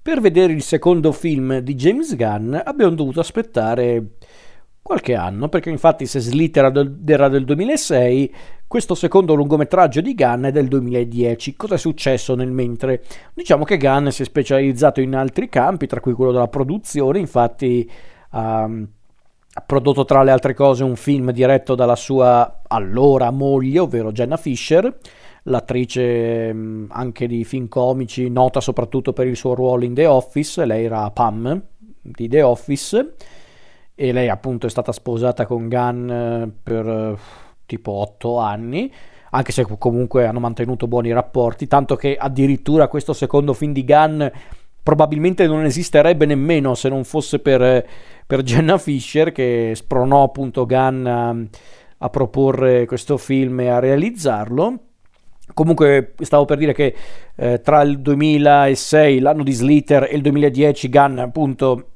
per vedere il secondo film di James Gunn abbiamo dovuto aspettare qualche anno, perché infatti se Slither era del 2006, questo secondo lungometraggio di Gunn è del 2010. Cosa è successo nel mentre? Diciamo che Gunn si è specializzato in altri campi, tra cui quello della produzione. Infatti ha prodotto tra le altre cose un film diretto dalla sua allora moglie, ovvero Jenna Fisher, l'attrice anche di film comici, nota soprattutto per il suo ruolo in The Office. Lei era Pam di The Office e lei appunto è stata sposata con Gunn per tipo 8 anni, anche se comunque hanno mantenuto buoni rapporti, tanto che addirittura questo secondo film di Gunn probabilmente non esisterebbe nemmeno se non fosse per Jenna Fisher, che spronò appunto Gunn a proporre questo film e a realizzarlo. Comunque stavo per dire che tra il 2006, l'anno di Slither, e il 2010 Gunn appunto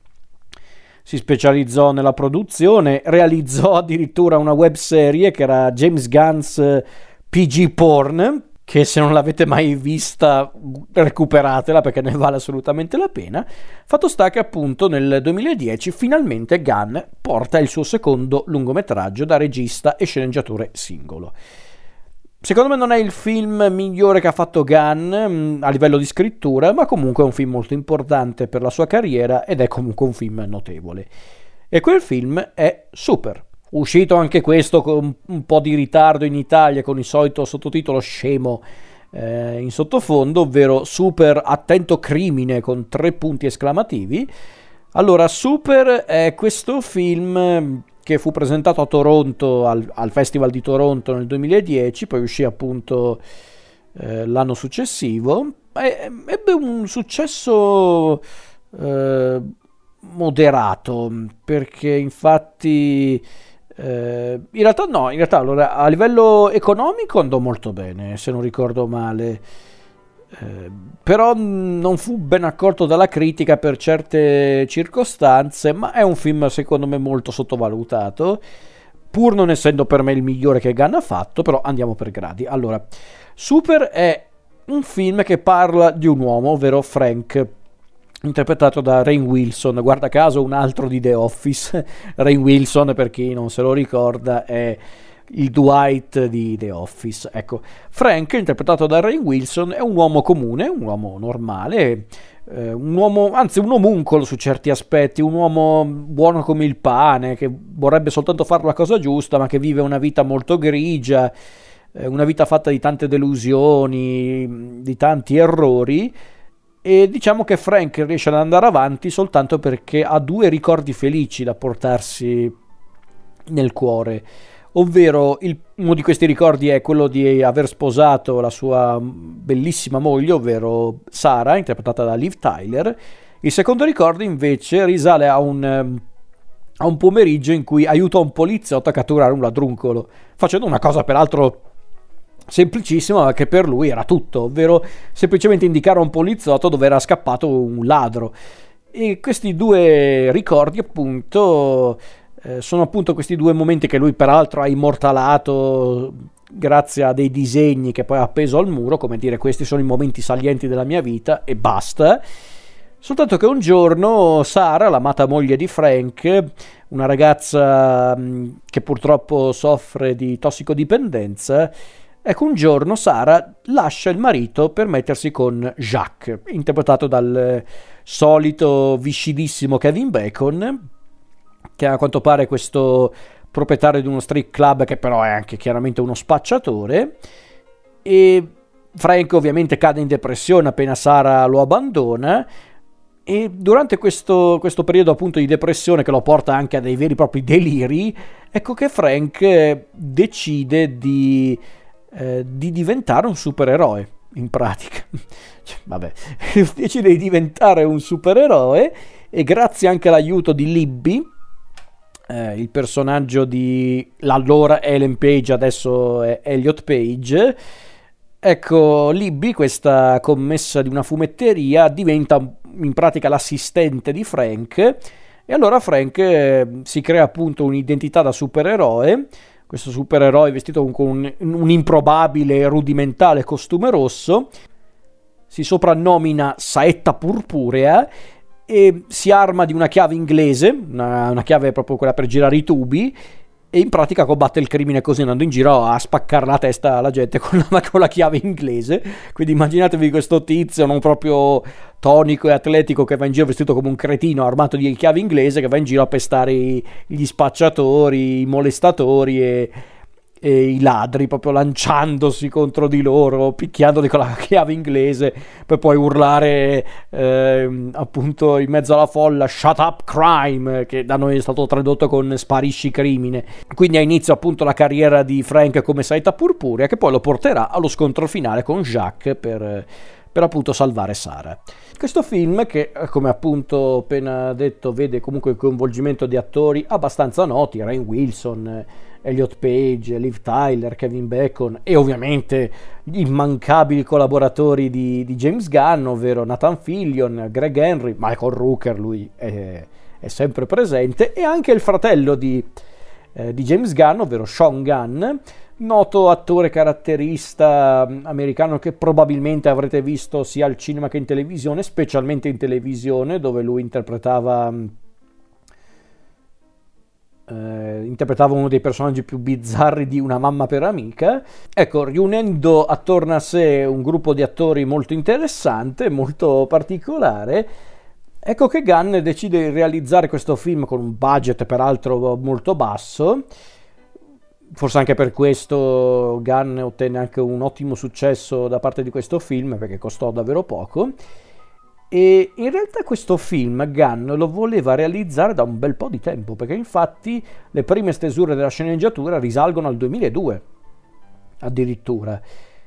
si specializzò nella produzione, realizzò addirittura una web serie che era James Gunn's PG Porn, che se non l'avete mai vista recuperatela perché ne vale assolutamente la pena. Fatto sta che appunto nel 2010 finalmente Gunn porta il suo secondo lungometraggio da regista e sceneggiatore singolo. Secondo me non è il film migliore che ha fatto Gunn a livello di scrittura, ma comunque è un film molto importante per la sua carriera ed è comunque un film notevole. E quel film è Super, uscito anche questo con un po' di ritardo in Italia, con il solito sottotitolo scemo in sottofondo, ovvero Super Attento Crimine con 3 punti esclamativi. Allora, Super è questo film che fu presentato a Toronto al Festival di Toronto nel 2010, poi uscì appunto l'anno successivo. Ebbe un successo moderato, perché infatti in realtà allora, a livello economico andò molto bene, se non ricordo male. Però non fu ben accolto dalla critica per certe circostanze, ma è un film secondo me molto sottovalutato, pur non essendo per me il migliore che Gunn ha fatto. Però andiamo per gradi. Allora, Super è un film che parla di un uomo, ovvero Frank, interpretato da Rainn Wilson, guarda caso un altro di The Office. Rainn Wilson, per chi non se lo ricorda, è il Dwight di The Office. Ecco, Frank, interpretato da Rainn Wilson, è un uomo comune, un uomo normale, un uomo, anzi un omuncolo su certi aspetti, un uomo buono come il pane, che vorrebbe soltanto fare la cosa giusta, ma che vive una vita molto grigia, una vita fatta di tante delusioni, di tanti errori. E diciamo che Frank riesce ad andare avanti soltanto perché ha 2 ricordi felici da portarsi nel cuore. Ovvero uno di questi ricordi è quello di aver sposato la sua bellissima moglie, ovvero Sarah, interpretata da Liv Tyler. Il secondo ricordo invece risale a un pomeriggio in cui aiutò un poliziotto a catturare un ladruncolo, facendo una cosa peraltro semplicissima, ma che per lui era tutto, ovvero semplicemente indicare a un poliziotto dove era scappato un ladro. E questi 2 ricordi appunto sono appunto questi 2 momenti che lui peraltro ha immortalato grazie a dei disegni che poi ha appeso al muro, come dire: questi sono i momenti salienti della mia vita e basta. Soltanto che un giorno Sarah, l'amata moglie di Frank, una ragazza che purtroppo soffre di tossicodipendenza, ecco, un giorno Sarah lascia il marito per mettersi con Jacques, interpretato dal solito viscidissimo Kevin Bacon, che a quanto pare è questo proprietario di uno strip club, che però è anche chiaramente uno spacciatore. E Frank ovviamente cade in depressione appena Sarah lo abbandona, e durante questo periodo appunto di depressione, che lo porta anche a dei veri e propri deliri, ecco che Frank decide di diventare un supereroe, in pratica. Vabbè, decide di diventare un supereroe, e grazie anche all'aiuto di Libby, il personaggio di l'allora Ellen Page, adesso è Elliot Page. Ecco, Libby, questa commessa di una fumetteria, diventa in pratica l'assistente di Frank, e allora Frank si crea appunto un'identità da supereroe. Questo supereroe vestito con un improbabile rudimentale costume rosso si soprannomina Saetta Purpurea e si arma di una chiave inglese, una chiave proprio quella per girare i tubi, e in pratica combatte il crimine così, andando in giro a spaccare la testa alla gente con la chiave inglese. Quindi immaginatevi questo tizio non proprio tonico e atletico che va in giro vestito come un cretino armato di chiave inglese, che va in giro a pestare gli spacciatori, i molestatori e i ladri, proprio lanciandosi contro di loro, picchiandoli con la chiave inglese, per poi urlare appunto in mezzo alla folla "Shut up crime", che da noi è stato tradotto con "sparisci crimine". Quindi ha inizio appunto la carriera di Frank come Saetta Purpurea, che poi lo porterà allo scontro finale con Jacques per appunto salvare Sarah. Questo film, che come appunto appena detto vede comunque il coinvolgimento di attori abbastanza noti, Rainn Wilson, Elliot Page, Liv Tyler, Kevin Bacon e ovviamente gli immancabili collaboratori di James Gunn, ovvero Nathan Fillion, Greg Henry, Michael Rooker, lui è sempre presente, e anche il fratello di James Gunn, ovvero Sean Gunn, noto attore caratterista americano che probabilmente avrete visto sia al cinema che in televisione, specialmente in televisione, dove lui interpretava uno dei personaggi più bizzarri di Una mamma per amica. Ecco, riunendo attorno a sé un gruppo di attori molto interessante, molto particolare, ecco che Gunn decide di realizzare questo film con un budget peraltro molto basso. Forse anche per questo Gunn ottenne anche un ottimo successo da parte di questo film, perché costò davvero poco. E in realtà questo film Gunn lo voleva realizzare da un bel po' di tempo, perché infatti le prime stesure della sceneggiatura risalgono al 2002 addirittura.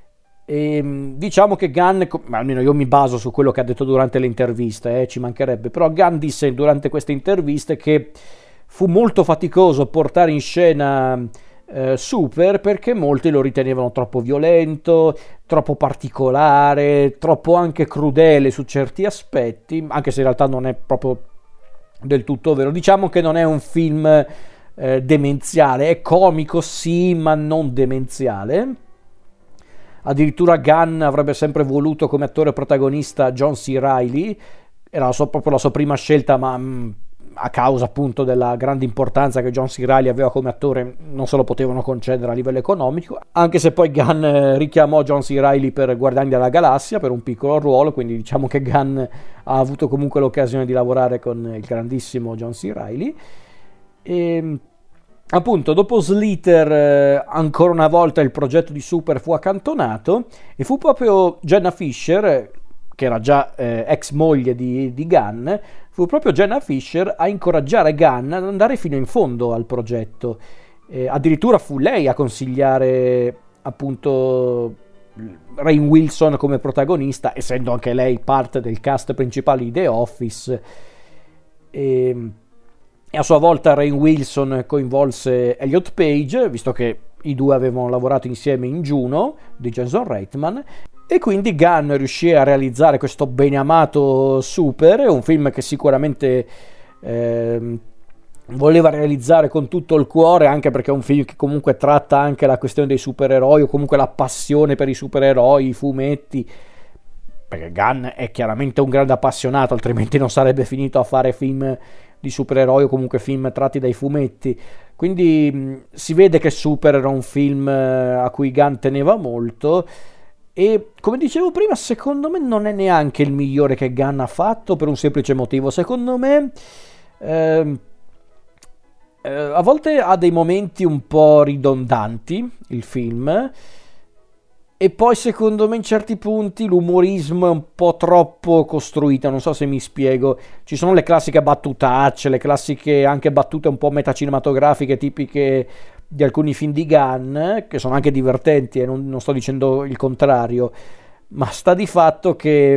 E diciamo che Gunn, almeno io mi baso su quello che ha detto durante le interviste, ci mancherebbe, però Gunn disse durante queste interviste che fu molto faticoso portare in scena Super, perché molti lo ritenevano troppo violento, troppo particolare, troppo anche crudele su certi aspetti, anche se in realtà non è proprio del tutto vero. Diciamo che non è un film demenziale, è comico sì, ma non demenziale. Addirittura Gunn avrebbe sempre voluto come attore protagonista John C. Reilly, era proprio la sua prima scelta, ma a causa appunto della grande importanza che John C. Reilly aveva come attore non se lo potevano concedere a livello economico, anche se poi Gunn richiamò John C. Reilly per Guardiani della Galassia per un piccolo ruolo, quindi diciamo che Gunn ha avuto comunque l'occasione di lavorare con il grandissimo John C. Reilly. E appunto dopo Slither ancora una volta il progetto di Super fu accantonato e fu proprio Jenna Fisher, che era già ex moglie di Gunn, fu proprio Jenna Fisher a incoraggiare Gunn ad andare fino in fondo al progetto. Addirittura fu lei a consigliare appunto Rainn Wilson come protagonista, essendo anche lei parte del cast principale di The Office. E a sua volta Rainn Wilson coinvolse Elliot Page, visto che i due avevano lavorato insieme in Juno di Jason Reitman. E quindi Gunn riuscì a realizzare questo beneamato Super, un film che sicuramente voleva realizzare con tutto il cuore, anche perché è un film che comunque tratta anche la questione dei supereroi, o comunque la passione per i supereroi, i fumetti, perché Gunn è chiaramente un grande appassionato, altrimenti non sarebbe finito a fare film di supereroi o comunque film tratti dai fumetti. Quindi si vede che Super era un film a cui Gunn teneva molto. E come dicevo prima, secondo me non è neanche il migliore che Gunn ha fatto, per un semplice motivo. Secondo me a volte ha dei momenti un po' ridondanti il film, e poi secondo me in certi punti l'umorismo è un po' troppo costruito, non so se mi spiego. Ci sono le classiche battutacce, le classiche anche battute un po' metacinematografiche tipiche di alcuni film di Gunn, che sono anche divertenti, e non sto dicendo il contrario, ma sta di fatto che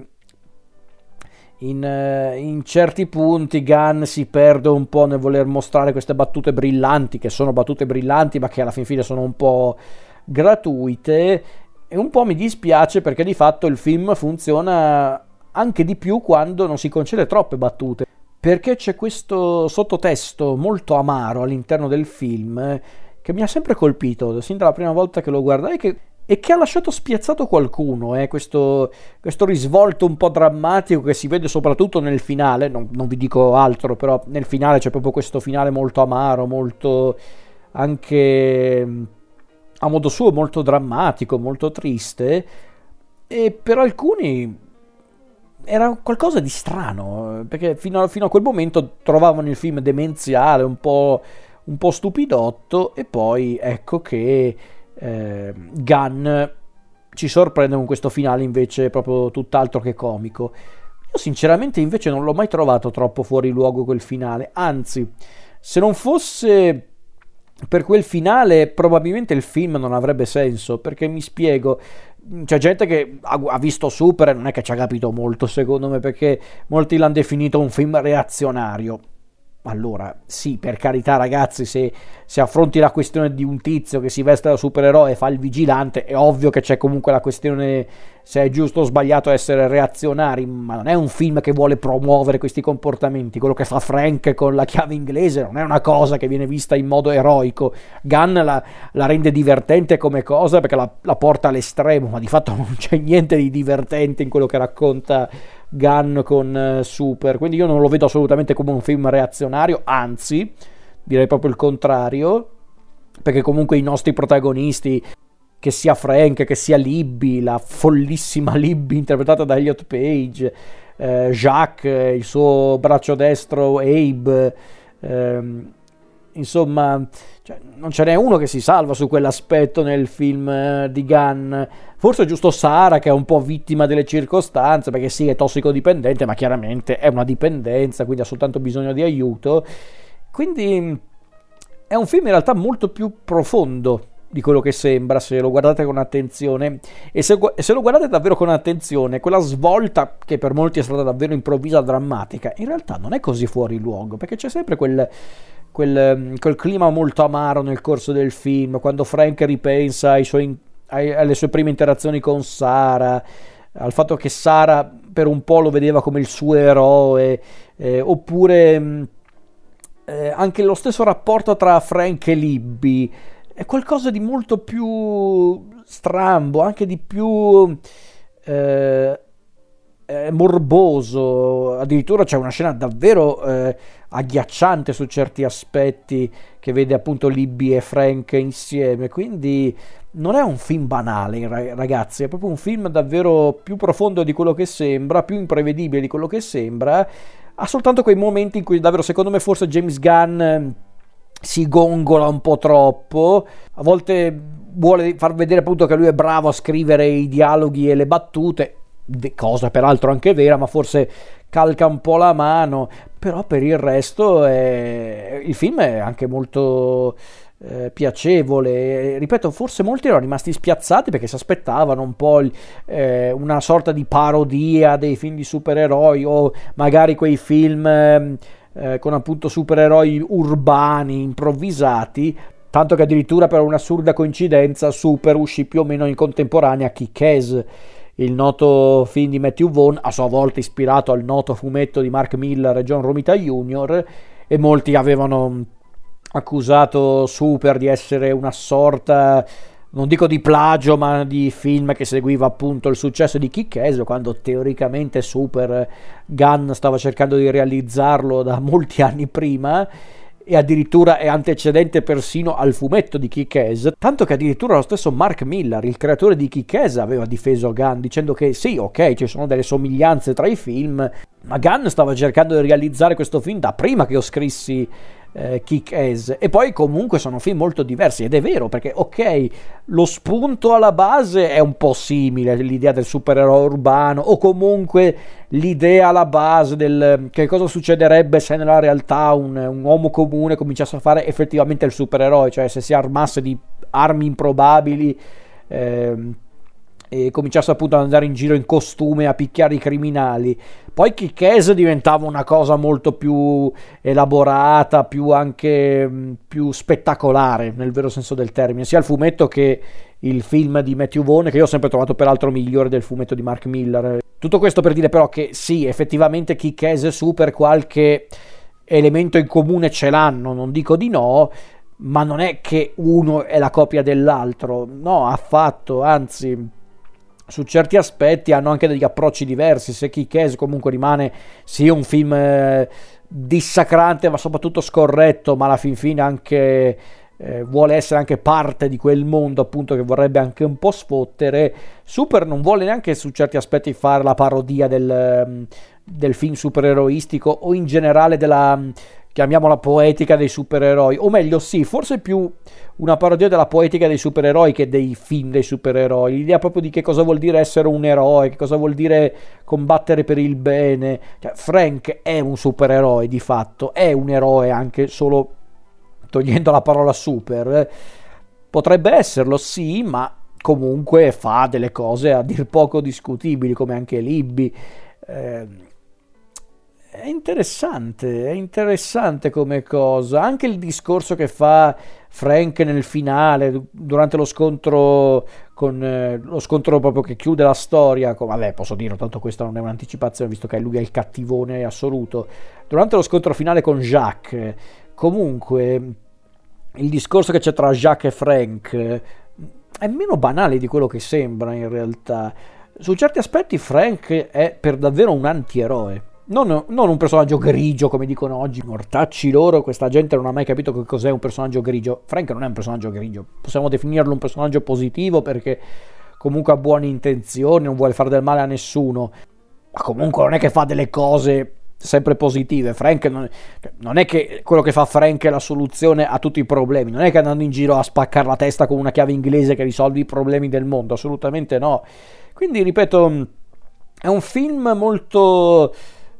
in certi punti Gunn si perde un po' nel voler mostrare queste battute brillanti, che sono battute brillanti ma che alla fin fine sono un po' gratuite, e un po' mi dispiace perché di fatto il film funziona anche di più quando non si concede troppe battute, perché c'è questo sottotesto molto amaro all'interno del film che mi ha sempre colpito sin dalla prima volta che lo guardai, che e che ha lasciato spiazzato qualcuno, questo risvolto un po' drammatico che si vede soprattutto nel finale, non vi dico altro, però nel finale c'è proprio questo finale molto amaro, molto anche a modo suo molto drammatico, molto triste, e per alcuni era qualcosa di strano, perché fino a quel momento trovavano il film demenziale, un po' stupidotto, e poi ecco che Gunn ci sorprende con questo finale invece proprio tutt'altro che comico. Io sinceramente invece non l'ho mai trovato troppo fuori luogo quel finale, anzi, se non fosse per quel finale probabilmente il film non avrebbe senso, perché mi spiego, c'è gente che ha visto Super e non è che ci ha capito molto, secondo me, perché molti l'hanno definito un film reazionario. Allora, sì, per carità ragazzi, se affronti la questione di un tizio che si veste da supereroe e fa il vigilante, è ovvio che c'è comunque la questione se è giusto o sbagliato essere reazionari, ma non è un film che vuole promuovere questi comportamenti. Quello che fa Frank con la chiave inglese non è una cosa che viene vista in modo eroico. Gunn la rende divertente come cosa perché la porta all'estremo, ma di fatto non c'è niente di divertente in quello che racconta Gunn con Super, quindi io non lo vedo assolutamente come un film reazionario, anzi direi proprio il contrario, perché comunque i nostri protagonisti, che sia Frank, che sia Libby, la follissima Libby interpretata da Elliot Page, Jacques, il suo braccio destro Abe, insomma, cioè, non ce n'è uno che si salva su quell'aspetto nel film di Gunn. Forse è giusto Sara, che è un po' vittima delle circostanze, perché sì, è tossicodipendente, ma chiaramente è una dipendenza, quindi ha soltanto bisogno di aiuto. Quindi è un film in realtà molto più profondo di quello che sembra, se lo guardate con attenzione. E se lo guardate davvero con attenzione, quella svolta che per molti è stata davvero improvvisa, drammatica, in realtà non è così fuori luogo, perché c'è sempre quel clima molto amaro nel corso del film, quando Frank ripensa alle sue prime interazioni con Sara, al fatto che Sara per un po' lo vedeva come il suo eroe, oppure anche lo stesso rapporto tra Frank e Libby è qualcosa di molto più strambo, anche di più morboso. Addirittura c'è una scena davvero agghiacciante su certi aspetti, che vede appunto Libby e Frank insieme, quindi non è un film banale, ragazzi, è proprio un film davvero più profondo di quello che sembra, più imprevedibile di quello che sembra. Ha soltanto quei momenti in cui davvero, secondo me, forse James Gunn si gongola un po' troppo, a volte vuole far vedere appunto che lui è bravo a scrivere i dialoghi e le battute, cosa peraltro anche vera, ma forse calca un po' la mano. Però per il resto il film è anche molto piacevole. Ripeto, forse molti erano rimasti spiazzati perché si aspettavano un po' una sorta di parodia dei film di supereroi, o magari quei film con appunto supereroi urbani improvvisati, tanto che addirittura per un'assurda coincidenza Super uscì più o meno in contemporanea a Kick-Ass, il noto film di Matthew Vaughn, a sua volta ispirato al noto fumetto di Mark Millar e John Romita Jr., e molti avevano accusato Super di essere una sorta, non dico di plagio, ma di film che seguiva appunto il successo di Kick-Ass, quando teoricamente Super Gunn stava cercando di realizzarlo da molti anni prima, e addirittura è antecedente persino al fumetto di Kick-Ass, tanto che addirittura lo stesso Mark Millar, il creatore di Kick-Ass, aveva difeso Gunn dicendo che sì, ok, ci sono delle somiglianze tra i film, ma Gunn stava cercando di realizzare questo film da prima che io scrissi Kick-Ass, e poi comunque sono film molto diversi. Ed è vero, perché ok, lo spunto alla base è un po' simile, l'idea del supereroe urbano, o comunque l'idea alla base del che cosa succederebbe se nella realtà un uomo comune cominciasse a fare effettivamente il supereroe, cioè se si armasse di armi improbabili e cominciasse appunto ad andare in giro in costume a picchiare i criminali. Poi Kick-Ass diventava una cosa molto più elaborata, più spettacolare nel vero senso del termine, sia il fumetto che il film di Matthew Vaughn, che io ho sempre trovato peraltro migliore del fumetto di Mark Millar. Tutto questo per dire però che sì, effettivamente Kick-Ass e Super qualche elemento in comune ce l'hanno, non dico di no, ma non è che uno è la copia dell'altro, no, affatto, anzi, su certi aspetti hanno anche degli approcci diversi. Se Kick-Ass comunque rimane sì un film dissacrante, ma soprattutto scorretto, ma alla fin fine anche vuole essere anche parte di quel mondo, appunto, che vorrebbe anche un po' sfottere. Super non vuole neanche su certi aspetti fare la parodia del film supereroistico, o in generale della, chiamiamola, poetica dei supereroi, o meglio sì, forse più una parodia della poetica dei supereroi che dei film dei supereroi. L'idea proprio di che cosa vuol dire essere un eroe, che cosa vuol dire combattere per il bene. Cioè, Frank è un supereroe, di fatto è un eroe, anche solo togliendo la parola super. Potrebbe esserlo, sì, ma comunque fa delle cose a dir poco discutibili, come anche Libby. È interessante come cosa. Anche il discorso che fa Frank nel finale, durante lo scontro lo scontro proprio che chiude la storia. Vabbè, posso dirlo, tanto questa non è un'anticipazione, visto che lui è il cattivone assoluto. Durante lo scontro finale con Jacques, comunque, il discorso che c'è tra Jacques e Frank è meno banale di quello che sembra in realtà. Su certi aspetti Frank è per davvero un antieroe. Non un personaggio grigio, come dicono oggi mortacci loro, questa gente non ha mai capito che cos'è un personaggio grigio. Frank non è un personaggio grigio, possiamo definirlo un personaggio positivo, perché comunque ha buone intenzioni, non vuole fare del male a nessuno, ma comunque non è che fa delle cose sempre positive. Frank non è che quello che fa Frank è la soluzione a tutti i problemi, non è che andando in giro a spaccare la testa con una chiave inglese che risolvi i problemi del mondo, assolutamente no. Quindi ripeto, è un film molto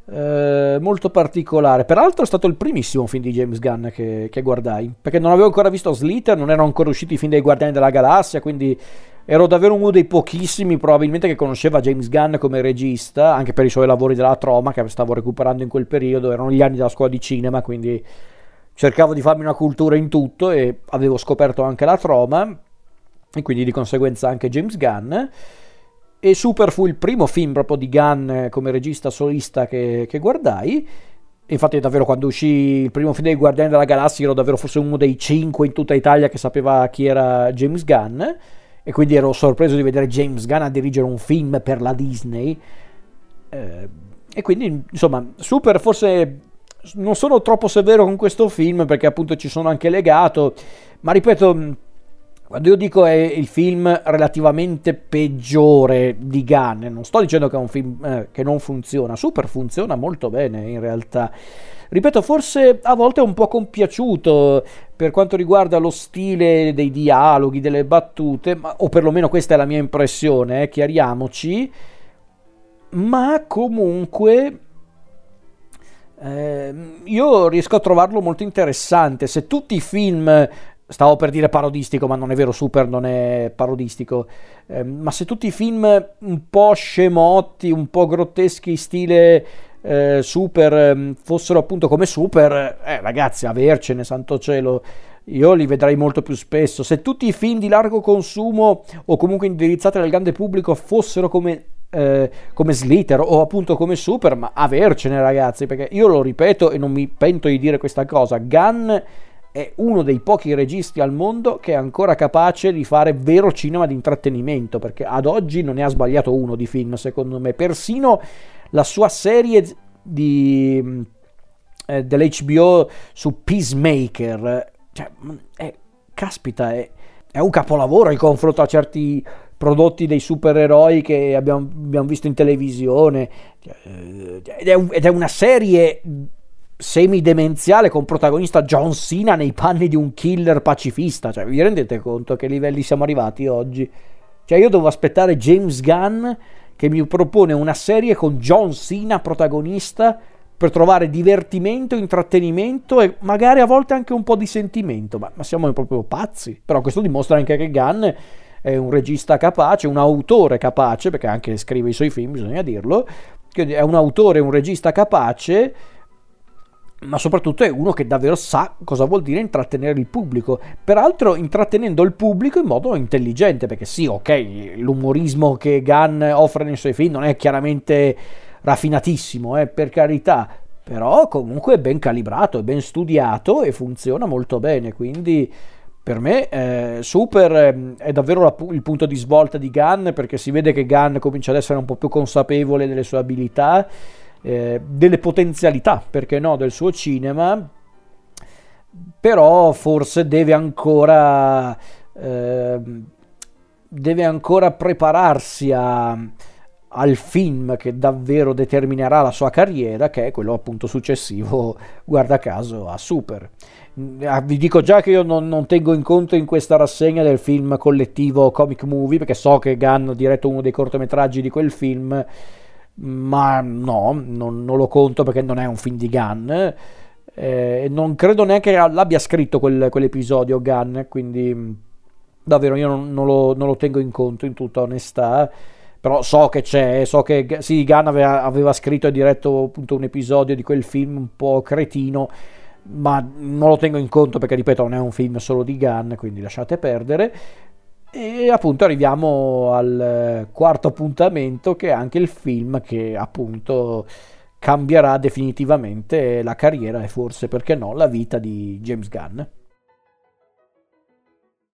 particolare. Peraltro è stato il primissimo film di James Gunn che guardai, perché non avevo ancora visto Slither, non erano ancora usciti i film dei Guardiani della Galassia, quindi ero davvero uno dei pochissimi probabilmente che conosceva James Gunn come regista, anche per i suoi lavori della Troma che stavo recuperando in quel periodo. Erano gli anni della scuola di cinema, quindi cercavo di farmi una cultura in tutto, e avevo scoperto anche la Troma e quindi di conseguenza anche James Gunn. E Super fu il primo film proprio di Gunn come regista solista che guardai. Infatti davvero, quando uscì il primo film dei Guardiani della Galassia, ero davvero forse uno dei 5 in tutta Italia che sapeva chi era James Gunn, e quindi ero sorpreso di vedere James Gunn a dirigere un film per la Disney. E quindi insomma, Super, forse non sono troppo severo con questo film, perché appunto ci sono anche legato, ma ripeto, quando io dico è il film relativamente peggiore di Gunn, non sto dicendo che è un film che non funziona. Super funziona molto bene in realtà. Ripeto, forse a volte è un po' compiaciuto per quanto riguarda lo stile dei dialoghi, delle battute, o perlomeno questa è la mia impressione, chiariamoci, ma comunque io riesco a trovarlo molto interessante. Se tutti i film, stavo per dire parodistico, ma non è vero, Super non è parodistico, ma se tutti i film un po' scemotti, un po' grotteschi stile Super fossero appunto come Super, ragazzi, avercene, santo cielo, io li vedrei molto più spesso. Se tutti i film di largo consumo o comunque indirizzati al grande pubblico fossero come Slither o appunto come Super, ma avercene, ragazzi, perché io lo ripeto e non mi pento di dire questa cosa: Gunn è uno dei pochi registi al mondo che è ancora capace di fare vero cinema di intrattenimento, perché ad oggi non ne ha sbagliato uno di film, secondo me. Persino la sua serie dell'HBO su Peacemaker, cioè, caspita, è un capolavoro in confronto a certi prodotti dei supereroi che abbiamo visto in televisione, ed è una serie semidemenziale con protagonista John Cena nei panni di un killer pacifista. Cioè, vi rendete conto a che livelli siamo arrivati oggi? Cioè, io devo aspettare James Gunn che mi propone una serie con John Cena protagonista per trovare divertimento, intrattenimento e magari a volte anche un po' di sentimento. Ma siamo proprio pazzi. Però questo dimostra anche che Gunn è un regista capace, un autore capace, perché anche scrive i suoi film, bisogna dirlo, che è un autore, un regista capace, ma soprattutto è uno che davvero sa cosa vuol dire intrattenere il pubblico, peraltro intrattenendo il pubblico in modo intelligente, perché sì, ok, l'umorismo che Gunn offre nei suoi film non è chiaramente raffinatissimo, per carità, però comunque è ben calibrato, è ben studiato e funziona molto bene, quindi per me Super è davvero il punto di svolta di Gunn, perché si vede che Gunn comincia ad essere un po' più consapevole delle sue abilità, delle potenzialità, perché no, del suo cinema, però forse eh, deve ancora prepararsi al film che davvero determinerà la sua carriera, che è quello appunto successivo, guarda caso, a Super. Vi dico già che io non tengo in conto in questa rassegna del film collettivo Comic Movie, perché so che Gunn ha diretto uno dei cortometraggi di quel film, ma no, non lo conto perché non è un film di Gunn. Non credo neanche l'abbia scritto quell'episodio Gunn, quindi davvero io non lo tengo in conto in tutta onestà, però so che c'è, so che sì, Gunn aveva scritto e diretto appunto un episodio di quel film un po' cretino, ma non lo tengo in conto perché ripeto non è un film solo di Gunn, quindi lasciate perdere. E appunto arriviamo al quarto appuntamento, che è anche il film che appunto cambierà definitivamente la carriera e forse perché no la vita di James Gunn.